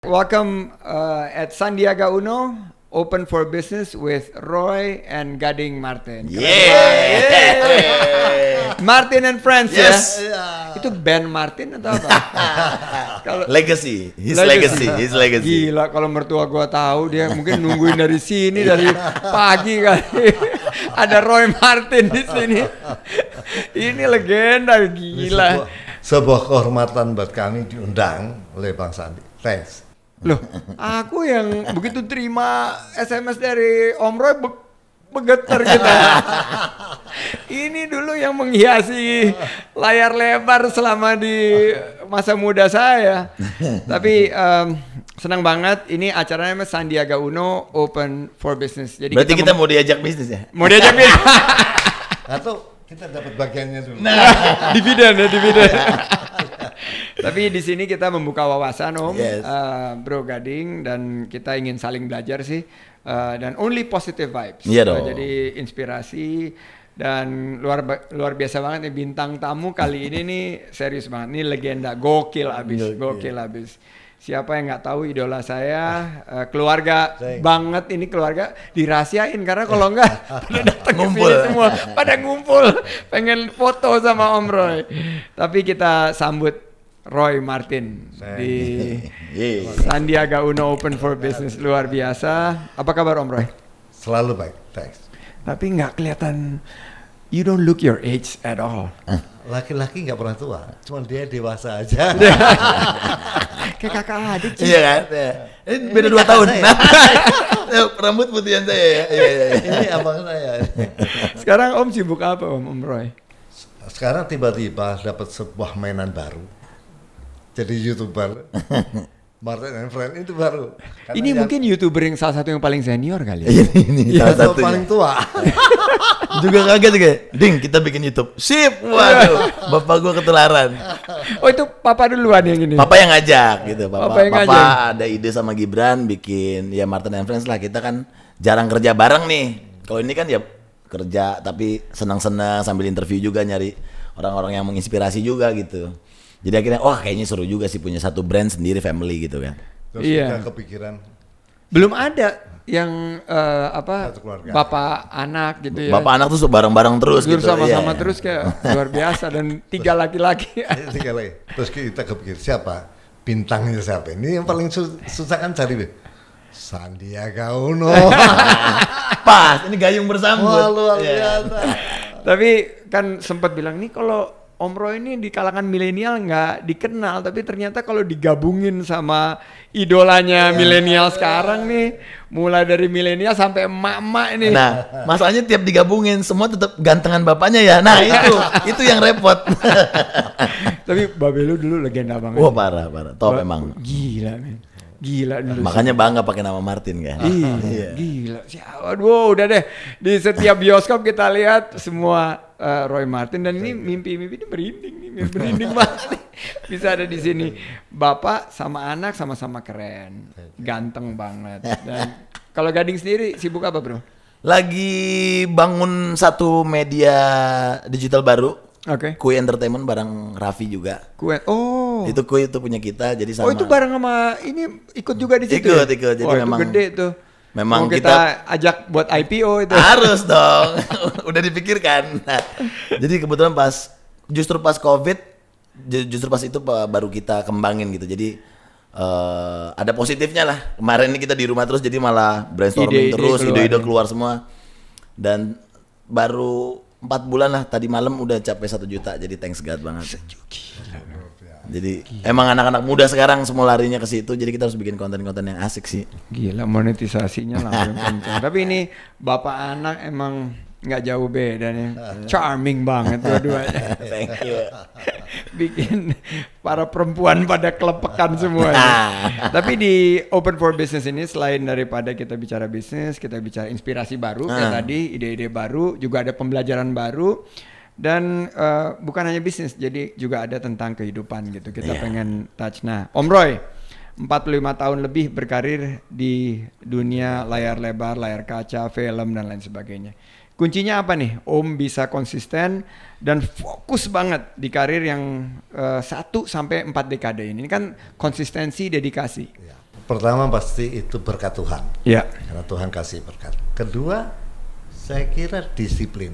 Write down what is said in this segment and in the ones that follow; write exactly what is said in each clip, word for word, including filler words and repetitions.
Welcome uh, at Sandiaga Uno, open for business with Roy and Gading Martin. Yeah. Yeah. Martin and Friends, Yes. ya. Yeah. Itu band Martin atau apa? Kalau legacy, his legacy, legacy, his legacy. Gila, kalau mertua gua tahu dia mungkin nungguin dari sini dari pagi kali. Ada Roy Martin di sini. Ini legenda, gila. Sebuah, sebuah kehormatan buat kami diundang oleh Bang Sandi. Thanks. Loh, aku yang begitu terima S M S dari Om Roy be begetar gitu. Ini dulu yang menghiasi layar lebar selama di masa muda saya. Tapi um, senang banget, ini acaranya Sandiaga Uno Open for Business. Jadi berarti kita, kita mau diajak bisnis ya? Mau diajak bisnis. Atau kita dapat bagiannya dulu. Nah, dividen ya, dividen. Tapi di sini kita membuka wawasan, Om, yes. uh, Bro Gading, dan kita ingin saling belajar sih, uh, dan only positive vibes. Iya dong. Uh, jadi inspirasi dan luar luar biasa banget nih bintang tamu kali ini nih, serius banget, nih legenda, gokil abis, gokil abis. Siapa yang nggak tahu idola saya, uh, keluarga Sayang. banget ini, keluarga dirahasiain karena kalau nggak pada datang ke Ngumpul. sini semua, pada ngumpul pengen foto sama Om Roy. Tapi kita sambut Roy Martin Sayang. di Yeah. Sandiaga Uno Open for Business, luar biasa. Apa kabar Om Roy? Selalu baik. Thanks. Tapi nggak kelihatan, you don't look your age at all. Laki-laki nggak pernah tua, cuma dia dewasa aja. Kayak kakak adik sih. Iya kan? Ya. Ini beda dua tahun. Nah, rambut putihan saya ya. Iya, iya, iya. Ini abang saya. Sekarang Om sibuk apa Om, Om Roy? Sekarang tiba-tiba dapat sebuah mainan baru. Jadi YouTuber. Martin and Friends itu baru. Karena Ini yang, mungkin YouTuber yang salah satu yang paling senior kali ya? Ini, ini ya, salah satunya. paling tua. Juga kaget juga. Ding, kita bikin YouTube. Sip. Waduh, bapak gua ketularan. Oh itu papa duluan yang ini? Papa yang ngajak gitu. Papa, Papa yang papa ngajak. ada ide sama Gibran bikin ya Martin and Friends lah. Kita kan jarang kerja bareng nih. Kalau ini kan ya kerja tapi senang-senang sambil interview juga, nyari orang-orang yang menginspirasi juga gitu. Jadi akhirnya, wah kayaknya seru juga sih punya satu brand sendiri, family gitu kan. Terus Iya. kita kepikiran. Belum ada yang uh, apa Satu keluarga. bapak anak gitu ya? Bapak anak tuh bareng-bareng terus Tidur gitu. sama-sama iya. terus kayak luar biasa, dan tiga laki-laki. Tiga lagi. Terus kita kepikir siapa bintangnya, siapa? Ini yang paling sus susah kan cari deh. Sandiaga Uno. Pas, ini gayung bersambut. Wah, luar Iya. biasa. Tapi kan sempat bilang nih kalau Om Roy ini di kalangan milenial nggak dikenal, tapi ternyata kalau digabungin sama idolanya milenial sekarang nih, mulai dari milenial sampai emak-emak ini. Nah, masalahnya tiap digabungin semua tetap gantengan bapaknya ya. Nah, itu itu yang repot. Tapi Babe lu dulu legenda banget. Wah, parah, parah. Top Ba- emang. Gila men. Gila dulu. Makanya bangga pakai nama Martin kan. Iya, gila. Waduh, udah deh. Di setiap bioskop kita lihat semua uh, Roy Martin, dan ini mimpi-mimpi ini merinding nih, merinding banget nih. Bisa ada di sini. Bapak sama anak sama-sama keren, ganteng banget. Dan kalau Gading sendiri sibuk apa, Bro? Lagi bangun satu media digital baru. Oke. Kui Entertainment bareng Raffi juga. Kue. Oh. Itu Kui itu punya kita, jadi sama. Oh, itu bareng sama ini ikut juga di situ. Ikut, ya? ikut. Jadi Wah, itu memang- gede tuh. memang Mau kita, kita- ajak buat I P O itu. Harus dong. Udah dipikirkan. Nah, jadi kebetulan pas justru pas Covid, ju- justru pas itu pa- baru kita kembangin gitu. Jadi eh, ada positifnya lah. Kemarin ini kita di rumah terus, jadi malah brainstorming Ide-ide terus, keluar, ide-ide ya. keluar semua. Dan baru empat bulan lah, tadi malam udah capai satu juta. Jadi thanks God banget. Jadi emang anak-anak muda sekarang semua larinya ke situ. Jadi kita harus bikin konten-konten yang asik sih. Gila, monetisasinya langsung kencang. Tapi ini bapak anak emang nggak jauh beda nih. Charming banget dua-duanya. Thank you. Bikin para perempuan pada kelepekan semua. Tapi di Open for Business ini, selain daripada kita bicara bisnis, kita bicara inspirasi baru kayak Ah. tadi, ide-ide baru, juga ada pembelajaran baru. Dan eh, bukan hanya bisnis, jadi juga ada tentang kehidupan gitu. Kita Iya. pengen touch. Nah, Om Roy, empat puluh lima tahun lebih berkarir di dunia layar lebar, layar kaca, film dan lain sebagainya. Kuncinya apa nih? Om bisa konsisten dan fokus banget di karir yang uh, satu sampai empat dekade ini. Ini kan konsistensi, dedikasi. Ya. pertama pasti itu berkat Tuhan. Ya. Karena Tuhan kasih berkat. Kedua, saya kira disiplin.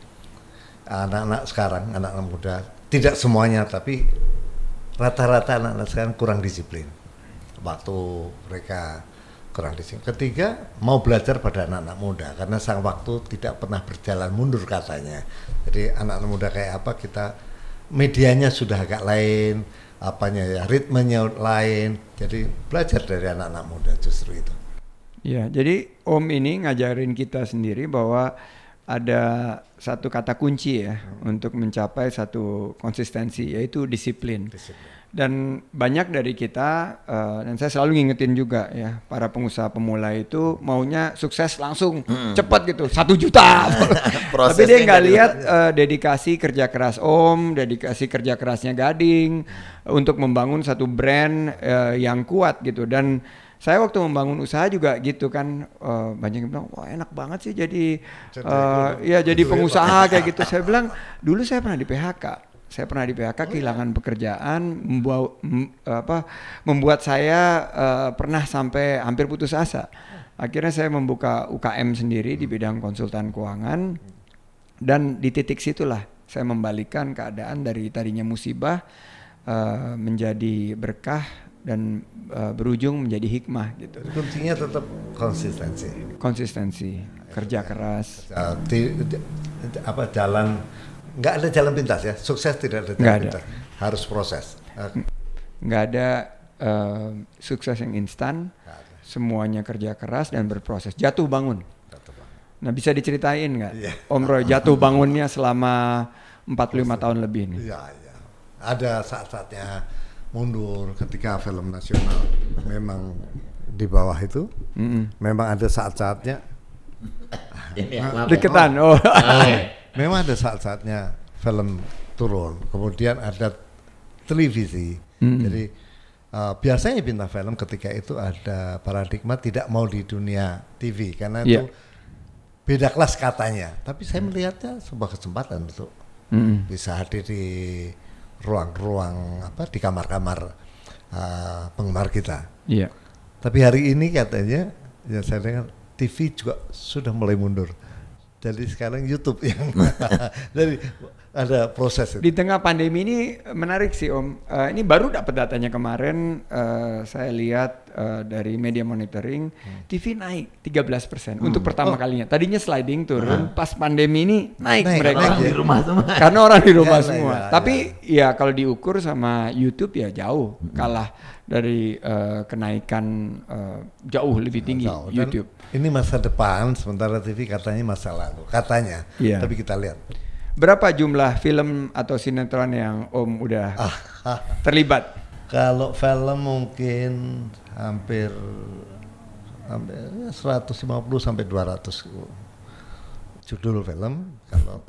Anak-anak sekarang, anak-anak muda, tidak semuanya, tapi rata-rata anak-anak sekarang kurang disiplin. Waktu mereka kurang disiplin. Ketiga, mau belajar pada anak-anak muda, karena sang waktu tidak pernah berjalan mundur katanya. Jadi anak-anak muda kayak apa, kita medianya sudah agak lain, apanya ya, ritmenya lain. Jadi belajar dari anak-anak muda justru itu. Ya, jadi Om ini ngajarin kita sendiri bahwa ada satu kata kunci ya hmm. untuk mencapai satu konsistensi, yaitu disiplin. disiplin. Dan banyak dari kita, uh, dan saya selalu ngingetin juga ya, para pengusaha pemula itu maunya sukses langsung, hmm. cepat gitu, satu juta. Tapi dia nggak lihat uh, dedikasi kerja keras Om, dedikasi kerja kerasnya Gading hmm. untuk membangun satu brand uh, yang kuat gitu. Dan saya waktu membangun usaha juga gitu kan, uh, banyak yang bilang, wah enak banget sih jadi, uh, ya jadi pengusaha kayak gitu. Saya bilang, dulu saya pernah di P H K. Saya pernah di P H K, kehilangan pekerjaan, membuat, mem, apa, membuat saya uh, pernah sampai hampir putus asa. Akhirnya saya membuka U K M sendiri di bidang konsultan keuangan, dan di titik situlah saya membalikan keadaan dari tadinya musibah uh, menjadi berkah dan uh, berujung menjadi hikmah gitu. Kuncinya tetap konsistensi. Konsistensi, kerja keras. Uh, di, di, apa jalan nggak ada jalan pintas ya, sukses tidak ada jalan nggak pintas, ada. harus proses. Uh, nggak ada uh, sukses yang instan, semuanya kerja keras dan berproses. Jatuh bangun. Jatuh bangun. Nah bisa diceritain nggak, yeah. Om Roy jatuh bangunnya selama empat puluh lima tahun lebih nih? Iya, iya. Ada saat-saatnya mundur ketika film nasional memang di bawah itu, mm-hmm. memang ada saat-saatnya deketan. Oh, memang ada saat-saatnya film turun, kemudian ada televisi. Mm-hmm. Jadi uh, biasanya bintang film ketika itu ada paradigma tidak mau di dunia T V karena yeah. itu beda kelas katanya. Tapi saya melihatnya sebuah kesempatan untuk mm-hmm. bisa hadir di ruang-ruang apa di kamar-kamar uh, penggemar kita. Iya. Tapi hari ini katanya, ya saya dengar T V juga sudah mulai mundur. Jadi sekarang YouTube yang jadi ada proses. Di tengah pandemi ini menarik sih Om. Uh, ini baru dapat datanya kemarin. Uh, saya lihat uh, dari media monitoring, hmm. T V naik tiga belas persen hmm. untuk pertama oh. kalinya. Tadinya sliding turun, hmm. pas pandemi ini naik, naik mereka. Orang di rumah semua. Karena orang di rumah ya, semua. Ya, Tapi ya. ya kalau diukur sama YouTube ya jauh hmm. kalah dari uh, kenaikan uh, jauh lebih tinggi jauh. YouTube. Ini masa depan, sementara T V katanya masa lalu. Katanya. Ya. Tapi kita lihat. Berapa jumlah film atau sinetron yang Om udah ah, ah. terlibat? Kalau film mungkin hampir hampir seratus lima puluh sampai dua ratus judul film. Kalau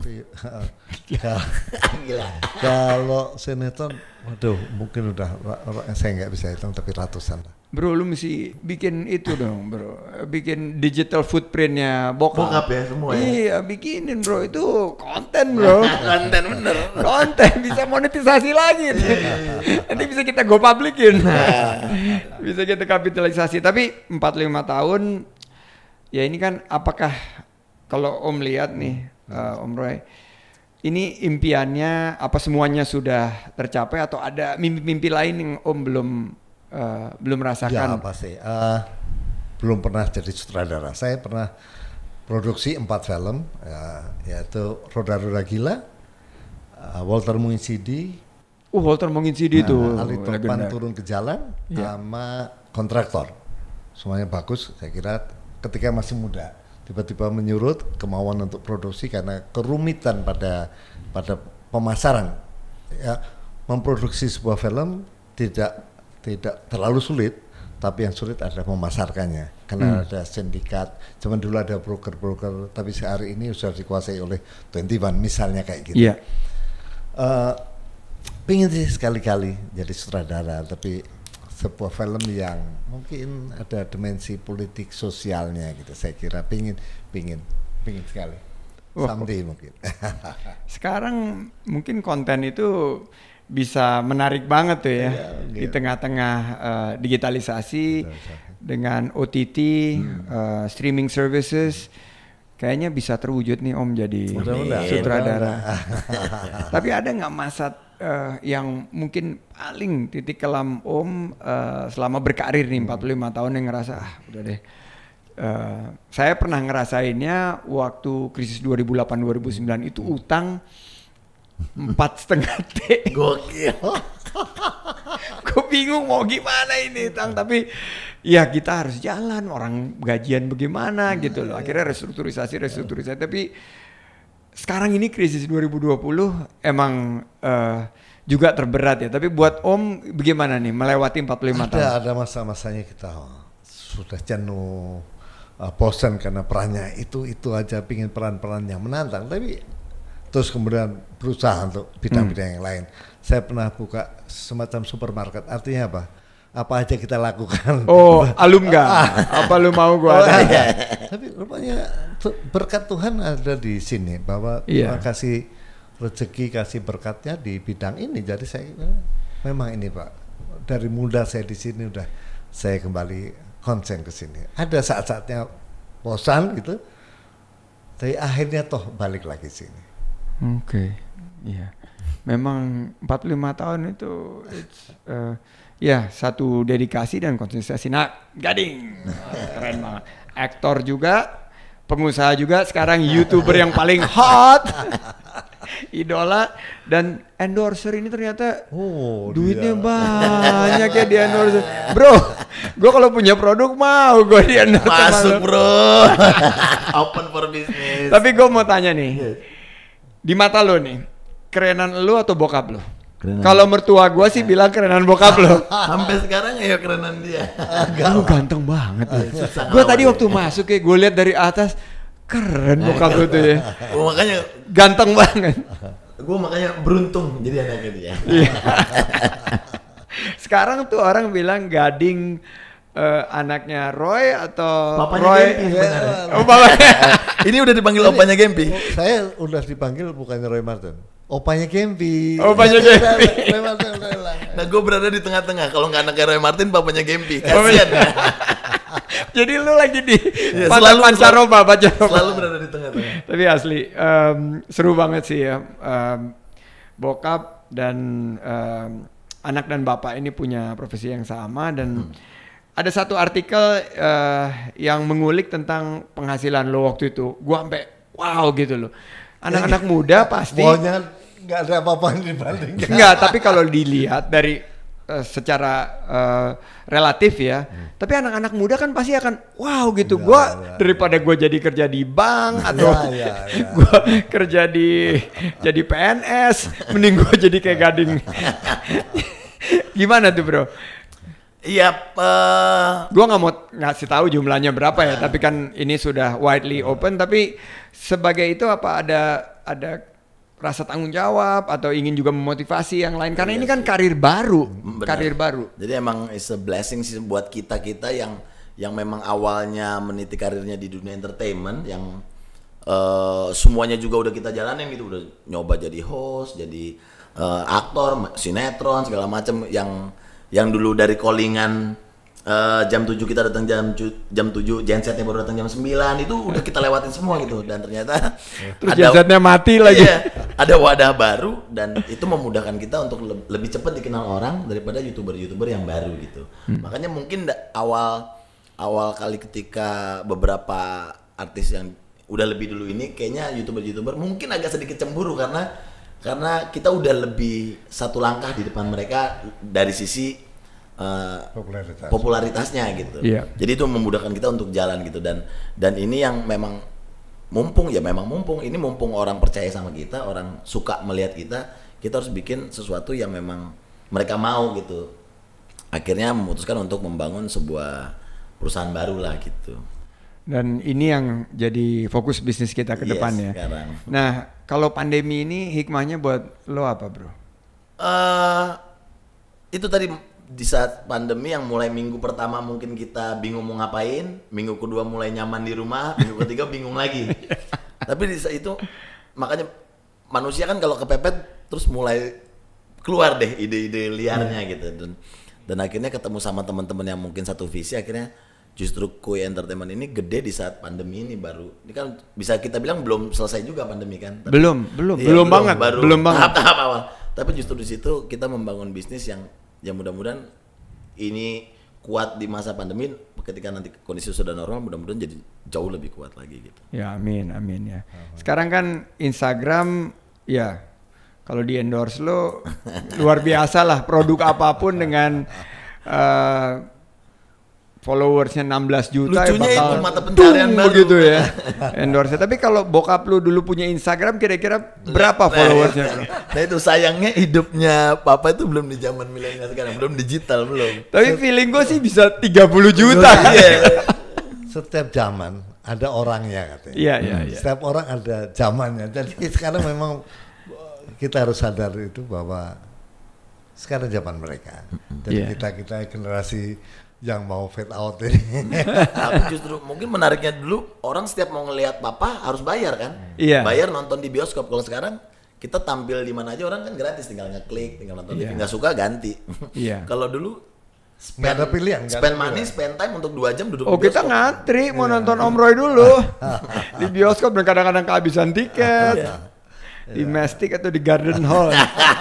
kalau sinetron, waduh mungkin udah saya nggak bisa hitung tapi ratusan lah. Bro, lu mesti bikin itu dong, bro. Bikin digital footprintnya bokap. Bokap ya semua ya? Iya, bikinin bro. Itu konten bro. Konten bener. Konten, bisa monetisasi lagi. Nanti bisa kita go publikin. Bisa kita kapitalisasi. Tapi empat puluh lima tahun, ya ini kan apakah, kalau Om lihat nih, uh, Om Roy, ini impiannya apa semuanya sudah tercapai atau ada mimpi-mimpi lain yang Om belum Uh, belum merasakan? Ya pasti. Uh, belum pernah jadi sutradara. Saya pernah produksi empat film, ya, yaitu Roda-Roda Gila, uh, Walter Munginsidi. Uh, Walter Munginsidi itu. Uh, Ali Topan Turun ke Jalan, yeah. sama Kontraktor. Semuanya bagus. Saya kira ketika masih muda, tiba-tiba menyurut kemauan untuk produksi karena kerumitan pada pada pemasaran. Ya, memproduksi sebuah film tidak tidak terlalu sulit, tapi yang sulit adalah memasarkannya karena hmm. ada sindikat. Zaman dulu ada broker-broker, tapi sehari ini sudah dikuasai oleh dua puluh satu misalnya kayak gitu. Yeah. Uh, pingin sih sekali-kali jadi sutradara, tapi sebuah film yang mungkin ada dimensi politik sosialnya gitu. Saya kira pingin, pingin, pingin sekali. Someday mungkin. Sekarang mungkin konten itu bisa menarik banget tuh ya, Iya, di iya. tengah-tengah uh, digitalisasi dengan O T T, uh, streaming services, kayaknya bisa terwujud nih Om jadi Mudah-mudahan. sutradara. Tapi ada nggak masa uh, yang mungkin paling titik kelam Om uh, selama berkarir nih empat puluh lima tahun yang ngerasa ah udah deh. Uh, saya pernah ngerasainnya waktu krisis dua ribu delapan dua ribu sembilan itu utang empat setengah T. Gokil. Gue bingung mau gimana ini Tang, tapi ya kita harus jalan, orang gajian bagaimana gitu loh. Akhirnya restrukturisasi restrukturisasi. Tapi sekarang ini krisis dua ribu dua puluh emang uh, juga terberat ya. Tapi buat Om bagaimana nih melewati empat puluh lima ada, tahun? Ada masa-masanya kita oh, sudah jenuh, uh, bosan karena perannya itu itu aja, pingin peran-peran yang menantang. Tapi terus kemudian berusaha untuk bidang-bidang hmm. yang lain. Saya pernah buka semacam supermarket. Artinya apa? Apa aja kita lakukan. Oh, alum nggak? Apa lu mau gua ada? Oh, iya. Tapi rupanya berkat Tuhan ada di sini, bahwa Iya. Tuhan kasih rezeki, kasih berkatnya di bidang ini. Jadi saya memang ini Pak, dari muda saya di sini udah saya kembali konsen ke sini. Ada saat-saatnya bosan gitu, tapi akhirnya toh balik lagi sini. Oke, okay. Iya. Memang empat puluh lima tahun itu it's, uh, ya satu dedikasi dan konsistensi. Nah, Gading, uh, keren banget. Aktor juga, pengusaha juga, sekarang YouTuber yang paling hot, idola, dan endorser ini ternyata Oh, duitnya dia. banyak ya di endorser. Bro, gue kalau punya produk mau gue di endorser. Masuk bro. Open for business. Tapi gue mau tanya nih, di mata lo nih, kerenan lo atau bokap lo? Kalau mertua gue sih bilang kerenan bokap lo. Sampai sekarang ya kerenan dia. Lu ganteng banget. Susah Gue tadi ngelawan waktu masuk ya, gue lihat dari atas, keren bokap lo tuh ya. Gue makanya, Ganteng banget. gue makanya beruntung jadi anaknya dia. Iya. Sekarang tuh orang bilang Gading eh, anaknya Roy atau Papanya Roy. Gempi sebenarnya. Oh, papanya. Ini udah dipanggil opanya Gempi. Oh, saya udah dipanggil bukannya Roy Martin, opanya Gempi. Opanya Gempi. Roy Martin udah hilang. Nah gue berada di tengah-tengah. Kalau nggak anaknya Roy Martin, papanya Gempi. Papanya- Kasian. Jadi lu lagi di Ya, pantai selalu- pancaroba, pancaroba. Selalu berada di tengah-tengah. Tapi asli em, seru banget sih ya. Em, bokap dan em, anak dan bapak ini punya profesi yang sama dan Hmm. ada satu artikel eh, yang mengulik tentang penghasilan lo waktu itu. Gua sampai wow gitu loh. Anak-anak muda pasti Pokoknya nggak ada apa-apa yang dibandingkan. enggak, tapi kalau dilihat dari eh, secara eh, relatif ya, tapi anak-anak muda kan pasti akan wow gitu. Ya, Gua ya, daripada gue jadi kerja di bank atau ya, ya. gue kerja di jadi P N S, mending gue jadi kayak Gading. Gimana tuh bro? Iya, eh, Gue nggak mau ngasih tahu jumlahnya berapa ya, tapi kan ini sudah widely open. Tapi sebagai itu apa ada ada rasa tanggung jawab atau ingin juga memotivasi yang lain? Karena ini kan karir baru, benar. karir baru. Jadi emang is a blessing sih buat kita-kita yang yang memang awalnya meniti karirnya di dunia entertainment, yang eh, semuanya juga udah kita jalanin gitu, udah nyoba jadi host, jadi eh, aktor, sinetron segala macam, yang yang dulu dari callingan eh, jam tujuh kita datang jam ju- jam tujuh, gensetnya baru datang jam sembilan, itu udah kita lewatin semua gitu, dan ternyata Terus gensetnya mati lagi. Iya, ada wadah baru dan itu memudahkan kita untuk le- lebih cepat dikenal orang daripada youtuber-youtuber yang baru gitu. Hmm. Makanya mungkin da- awal awal kali ketika beberapa artis yang udah lebih dulu ini, kayaknya youtuber-youtuber mungkin agak sedikit cemburu karena karena kita udah lebih satu langkah di depan mereka dari sisi uh, Popularitas. popularitasnya gitu. Iya. Jadi itu memudahkan kita untuk jalan gitu, dan dan ini yang memang mumpung ya memang mumpung ini mumpung orang percaya sama kita, orang suka melihat kita, kita harus bikin sesuatu yang memang mereka mau gitu. Akhirnya memutuskan untuk membangun sebuah perusahaan baru lah gitu. Dan ini yang jadi fokus bisnis kita ke Yes, depan ya. sekarang. Nah, kalau pandemi ini hikmahnya buat lo apa, bro? eh itu tadi di saat pandemi yang mulai minggu pertama mungkin kita bingung mau ngapain, minggu kedua mulai nyaman di rumah, minggu ketiga bingung lagi. Tapi di saat itu makanya manusia kan kalau kepepet terus mulai keluar deh ide-ide liarnya gitu dan dan akhirnya ketemu sama teman-teman yang mungkin satu visi, akhirnya justru Koi Entertainment ini gede di saat pandemi ini baru. Ini kan bisa kita bilang belum selesai juga pandemi kan? Tapi, belum, belum, iya, belum banget, baru belum banget. Tahap-tahap awal. Tapi justru di situ kita membangun bisnis yang yang mudah-mudahan ini kuat di masa pandemi. Ketika nanti kondisi sudah normal, mudah-mudahan jadi jauh lebih kuat lagi gitu. Ya, amin, amin ya. Sekarang kan Instagram, ya kalau di endorse lo luar biasa lah, produk apapun dengan uh, followersnya enam belas juta. Lucunya ya bakal itu mata pencarian baru begitu ya endorse. Tapi kalau bokap lu dulu punya Instagram, kira-kira berapa nah, followersnya? Nah, nah itu sayangnya hidupnya papa itu belum di zaman milenial sekarang, belum digital belum. Tapi feeling gue sih bisa tiga puluh juta. Iya. Setiap zaman ada orangnya katanya. Iya, iya, iya. Setiap orang ada zamannya. Jadi sekarang memang kita harus sadar itu bahwa sekarang zaman mereka. Jadi Yeah. kita kita generasi yang mau fade out ini. Tapi justru mungkin menariknya dulu orang setiap mau ngelihat papa harus bayar kan? Iya. Bayar nonton di bioskop. Kalau sekarang kita tampil di mana aja orang kan gratis, tinggal ngeklik, tinggal nonton. Iya. Nggak suka ganti. Iya. Kalau dulu Nggak ada pilihan. nggak spend ada money, pilihan. spend time untuk dua jam duduk Oh di kita bioskop. ngantri mau nonton Om Roy dulu di bioskop dan kadang-kadang kehabisan tiket. Di Mastic atau di Garden Hall.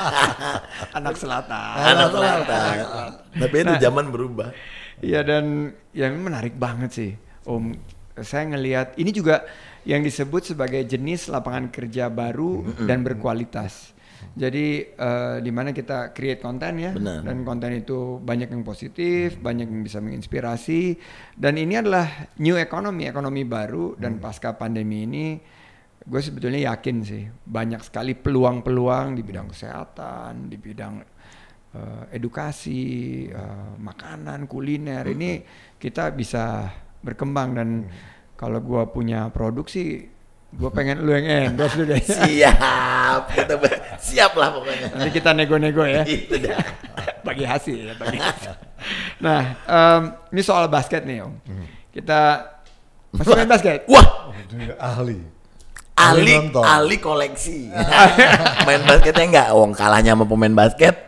Anak selatan. Anak selatan. Tapi itu zaman berubah. Iya dan yang menarik banget sih Om. Saya ngelihat ini juga yang disebut sebagai jenis lapangan kerja baru dan berkualitas. Jadi uh, di mana kita create konten ya, Benar. dan konten itu banyak yang positif, banyak yang bisa menginspirasi, dan ini adalah new economy, ekonomi baru, dan pasca pandemi ini, gue sebetulnya yakin sih banyak sekali peluang-peluang di bidang kesehatan, di bidang uh, edukasi, uh, makanan, kuliner, ini kita bisa berkembang dan kalau gue punya produk sih. Gue pengen lu yang endorse dulu deh. Siap, kita ber- siap lah pokoknya. Nanti kita nego-nego ya. Itu dah. Bagi hasil ya, bagi hasil. Nah, um, ini soal basket nih Om. Kita masih main basket? Wah, Dia ahli. Ali, nonton. Ali koleksi. Main basketnya enggak, wong kalahnya sama pemain basket.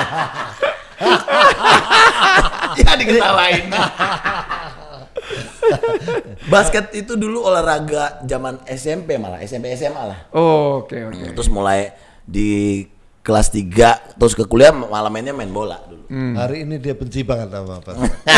Ya diketawain. Basket itu dulu olahraga zaman S M P malah, S M P S M A lah. Oh, oke oke. Terus mulai di kelas tiga terus ke kuliah malah mainnya main bola dulu. Hari ini dia benci banget sama apa.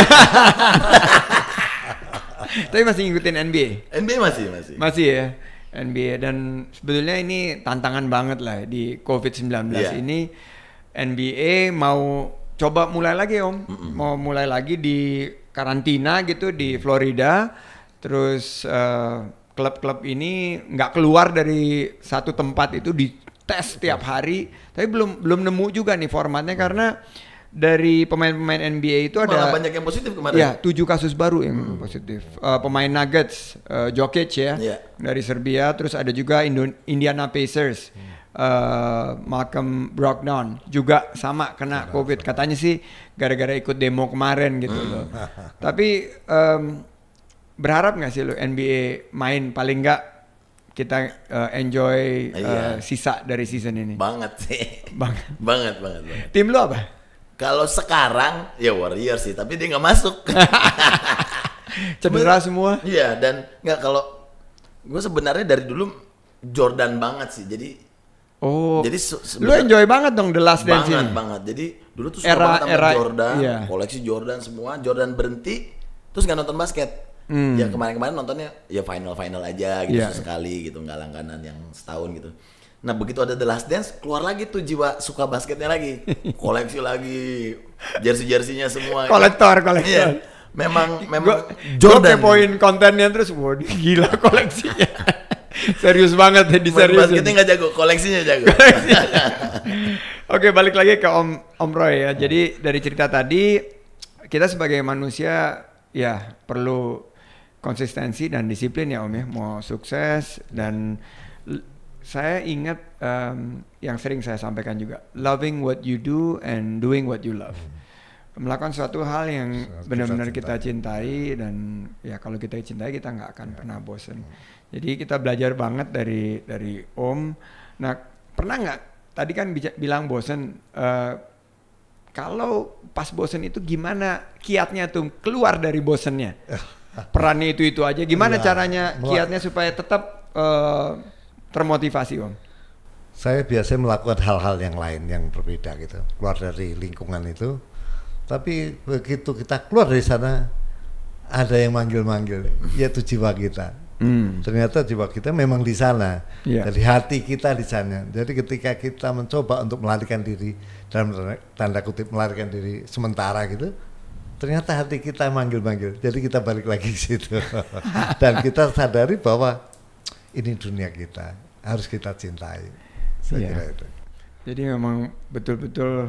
Tapi masih ngikutin N B A? N B A masih masih. Masih ya, N B A. Dan sebetulnya ini tantangan banget lah di covid sembilan belas Iya. ini. N B A mau coba mulai lagi Om. Mm-mm. Mau mulai lagi di karantina gitu di Florida. Terus eh, klub-klub ini nggak keluar dari satu tempat itu dites tiap hari. Tapi belum belum nemu juga nih formatnya karena dari pemain-pemain N B A itu Malah ada banyak yang positif kemarin. ya tujuh kasus baru yang positif. Uh, pemain Nuggets, uh, Jokic ya Iya. dari Serbia, terus ada juga Indo- Indiana Pacers, uh, Malcolm Brogdon juga sama kena COVID. Katanya sih gara-gara ikut demo kemarin gitu loh. Tapi um, berharap nggak sih lo N B A main paling nggak kita uh, enjoy uh, Iya. sisa dari season ini? Banget sih. Bang, banget banget banget. tim lo apa? Kalau sekarang ya Warriors sih, tapi dia nggak masuk. Cedera semua. Iya, dan nggak kalau gue sebenarnya dari dulu Jordan banget sih. Jadi Oh, jadi se- lu sebenarnya- enjoy banget dong The Last Dance banget ini? banget. Jadi dulu tuh suka Era- banget sama era- Jordan, iya. koleksi Jordan semua. Jordan berhenti, terus nggak nonton basket. Hmm. Ya kemarin-kemarin nontonnya ya final-final aja gitu Iya. sekali gitu, nggak langganan yang setahun gitu. Nah begitu ada The Last Dance, keluar lagi tuh jiwa suka basketnya lagi, koleksi lagi, jersey-jersinya semua. Kolektor, kolektor. Iya, memang memang Gue Jordan. kepoin kontennya terus, wah gila koleksinya. Serius banget ya, Main diseriusin. basketnya nggak jago, koleksinya jago. Oke, balik lagi ke Om Om Roy ya. Jadi dari cerita tadi, kita sebagai manusia ya perlu konsistensi dan disiplin ya Om ya. Mau sukses dan l- saya ingat em, yang sering saya sampaikan juga, loving what you do and doing what you love. Melakukan suatu hal yang Sangat benar-benar kita kita cintai dan ya kalau kita cintai kita nggak akan pernah bosen. Jadi kita belajar banget dari dari Om. Nah pernah nggak tadi kan bija- bilang bosen. Uh, kalau pas bosen itu gimana kiatnya tuh keluar dari bosennya? Perannya itu-itu aja. Gimana ya, caranya kiatnya supaya tetap uh, termotivasi, Om? Saya biasanya melakukan hal-hal yang lain yang berbeda gitu, keluar dari lingkungan itu. Tapi begitu kita keluar dari sana, ada yang manggil-manggil, yaitu jiwa kita. Hmm. Ternyata jiwa kita memang di sana, yeah. Jadi hati kita di sana. Jadi ketika kita mencoba untuk melarikan diri, dalam tanda kutip melarikan diri sementara gitu, ternyata hati kita manggil-manggil. Jadi kita balik lagi ke situ. Dan kita sadari bahwa ini dunia kita, harus kita cintai. Saya yeah. kira itu. Jadi memang betul-betul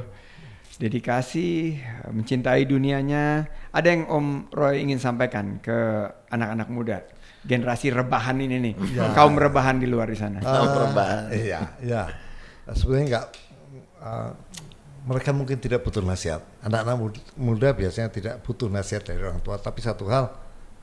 dedikasi, mencintai dunianya. Ada yang Om Roy ingin sampaikan ke anak-anak muda, generasi rebahan ini nih, ya. Kaum rebahan di luar di sana. Kaum uh, rebahan. Iya, iya. Sebenarnya enggak. Uh, mereka mungkin tidak butuh nasihat. Anak-anak muda, muda biasanya tidak butuh nasihat dari orang tua, tapi satu hal,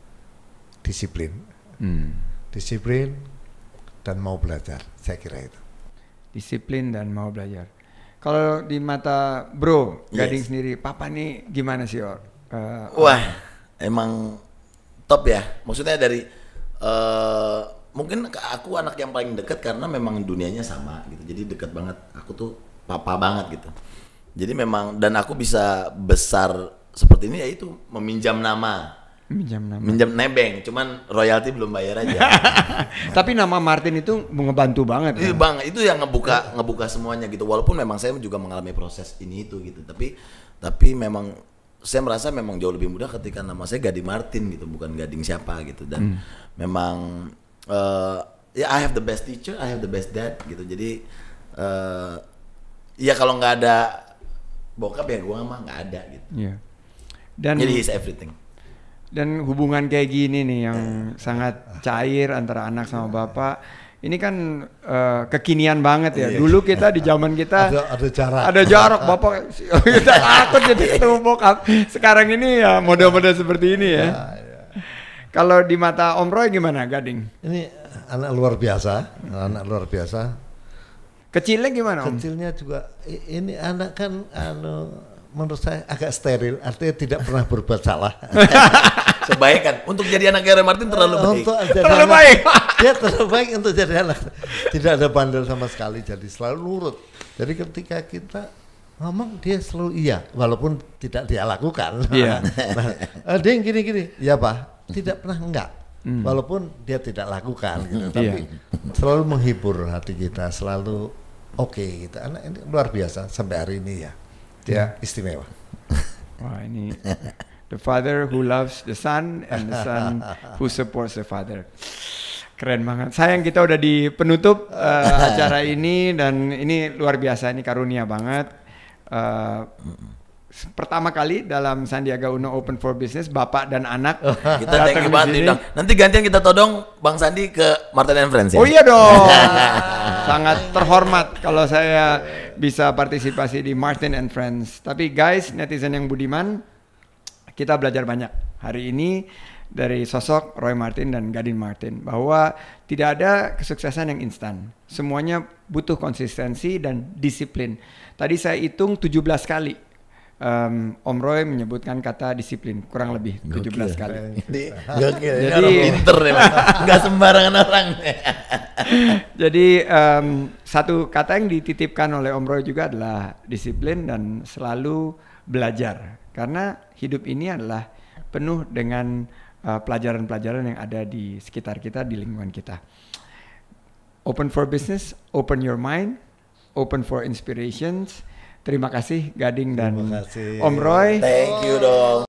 disiplin, hmm. disiplin dan mau belajar. Saya kira itu. Disiplin dan mau belajar. Kalau di mata Bro, Gading yes. sendiri, Papa nih gimana sih, Or? Uh, Wah, emang top ya. Maksudnya dari uh, mungkin aku anak yang paling dekat karena memang dunianya sama gitu. Jadi dekat banget. Aku tuh papa banget gitu. Jadi memang dan aku bisa besar seperti ini ya itu meminjam nama. Minjam nama. Minjam nebeng, cuman royalti belum bayar aja. Tapi nama Martin itu ngebantu banget. Iya, Bang, itu yang ngebuka ngebuka semuanya gitu. Walaupun memang saya juga mengalami proses ini itu gitu. Tapi tapi memang saya merasa memang jauh lebih mudah ketika nama saya Gading Martin gitu, bukan Gading siapa gitu. Dan hmm. memang uh, ya I have the best teacher, I have the best dad gitu. Jadi uh, ya kalau nggak ada bokap ya gue mah nggak ada gitu. Yeah. Dan jadi is everything. Dan hubungan kayak gini nih yang sangat cair antara anak sama bapak, ini kan uh, kekinian banget ya. Dulu kita di zaman kita ada, ada jarak, ada jarak bapak kita takut jadi ketemu bokap. Sekarang ini ya model-model seperti ini ya. ya, ya. Kalau di mata Om Roy gimana, Gading? Ini anak luar biasa, anak luar biasa. Kecilnya gimana, Om? Kecilnya juga ini anak kan anu menurut saya agak steril, artinya tidak pernah berbuat salah. Sebaik kan, untuk jadi anak Roy Martin terlalu baik. Untuk terlalu anak, baik. Dia terlalu baik untuk jadi anak. Tidak ada bandel sama sekali, jadi selalu nurut. Jadi ketika kita ngomong dia selalu iya, walaupun tidak dia lakukan. Iya. Nah, dia yang gini-gini, ya Pak, tidak pernah enggak. Hmm. Walaupun dia tidak lakukan, gitu. Tapi iya. selalu menghibur hati kita, selalu oke okay, gitu. Anak ini luar biasa sampai hari ini ya. Dia istimewa. Wah ini the father who loves the son and the son who supports the father. Keren banget. Sayang kita udah di penutup uh, acara ini dan ini luar biasa, ini karunia banget. Uh, pertama kali dalam Sandiaga Uno Open for Business bapak dan anak kita thank you banget. Nanti gantian kita todong Bang Sandi ke Martin and Friends ya. Oh iya dong. Sangat terhormat kalau saya bisa partisipasi di Martin and Friends. Tapi guys, netizen yang budiman, kita belajar banyak hari ini dari sosok Roy Martin dan Gading Martin bahwa tidak ada kesuksesan yang instan. Semuanya butuh konsistensi dan disiplin. Tadi saya hitung tujuh belas kali um, Om Roy menyebutkan kata disiplin, kurang lebih tujuh belas kali. Jadi, jadi pinter ya, nggak sembarangan orang. Jadi um, satu kata yang dititipkan oleh Om Roy juga adalah disiplin dan selalu belajar. Karena hidup ini adalah penuh dengan uh, pelajaran-pelajaran yang ada di sekitar kita, di lingkungan kita. Open for business, open your mind, open for inspirations. Terima kasih Gading dan Terima kasih. Om Roy. Thank you dong.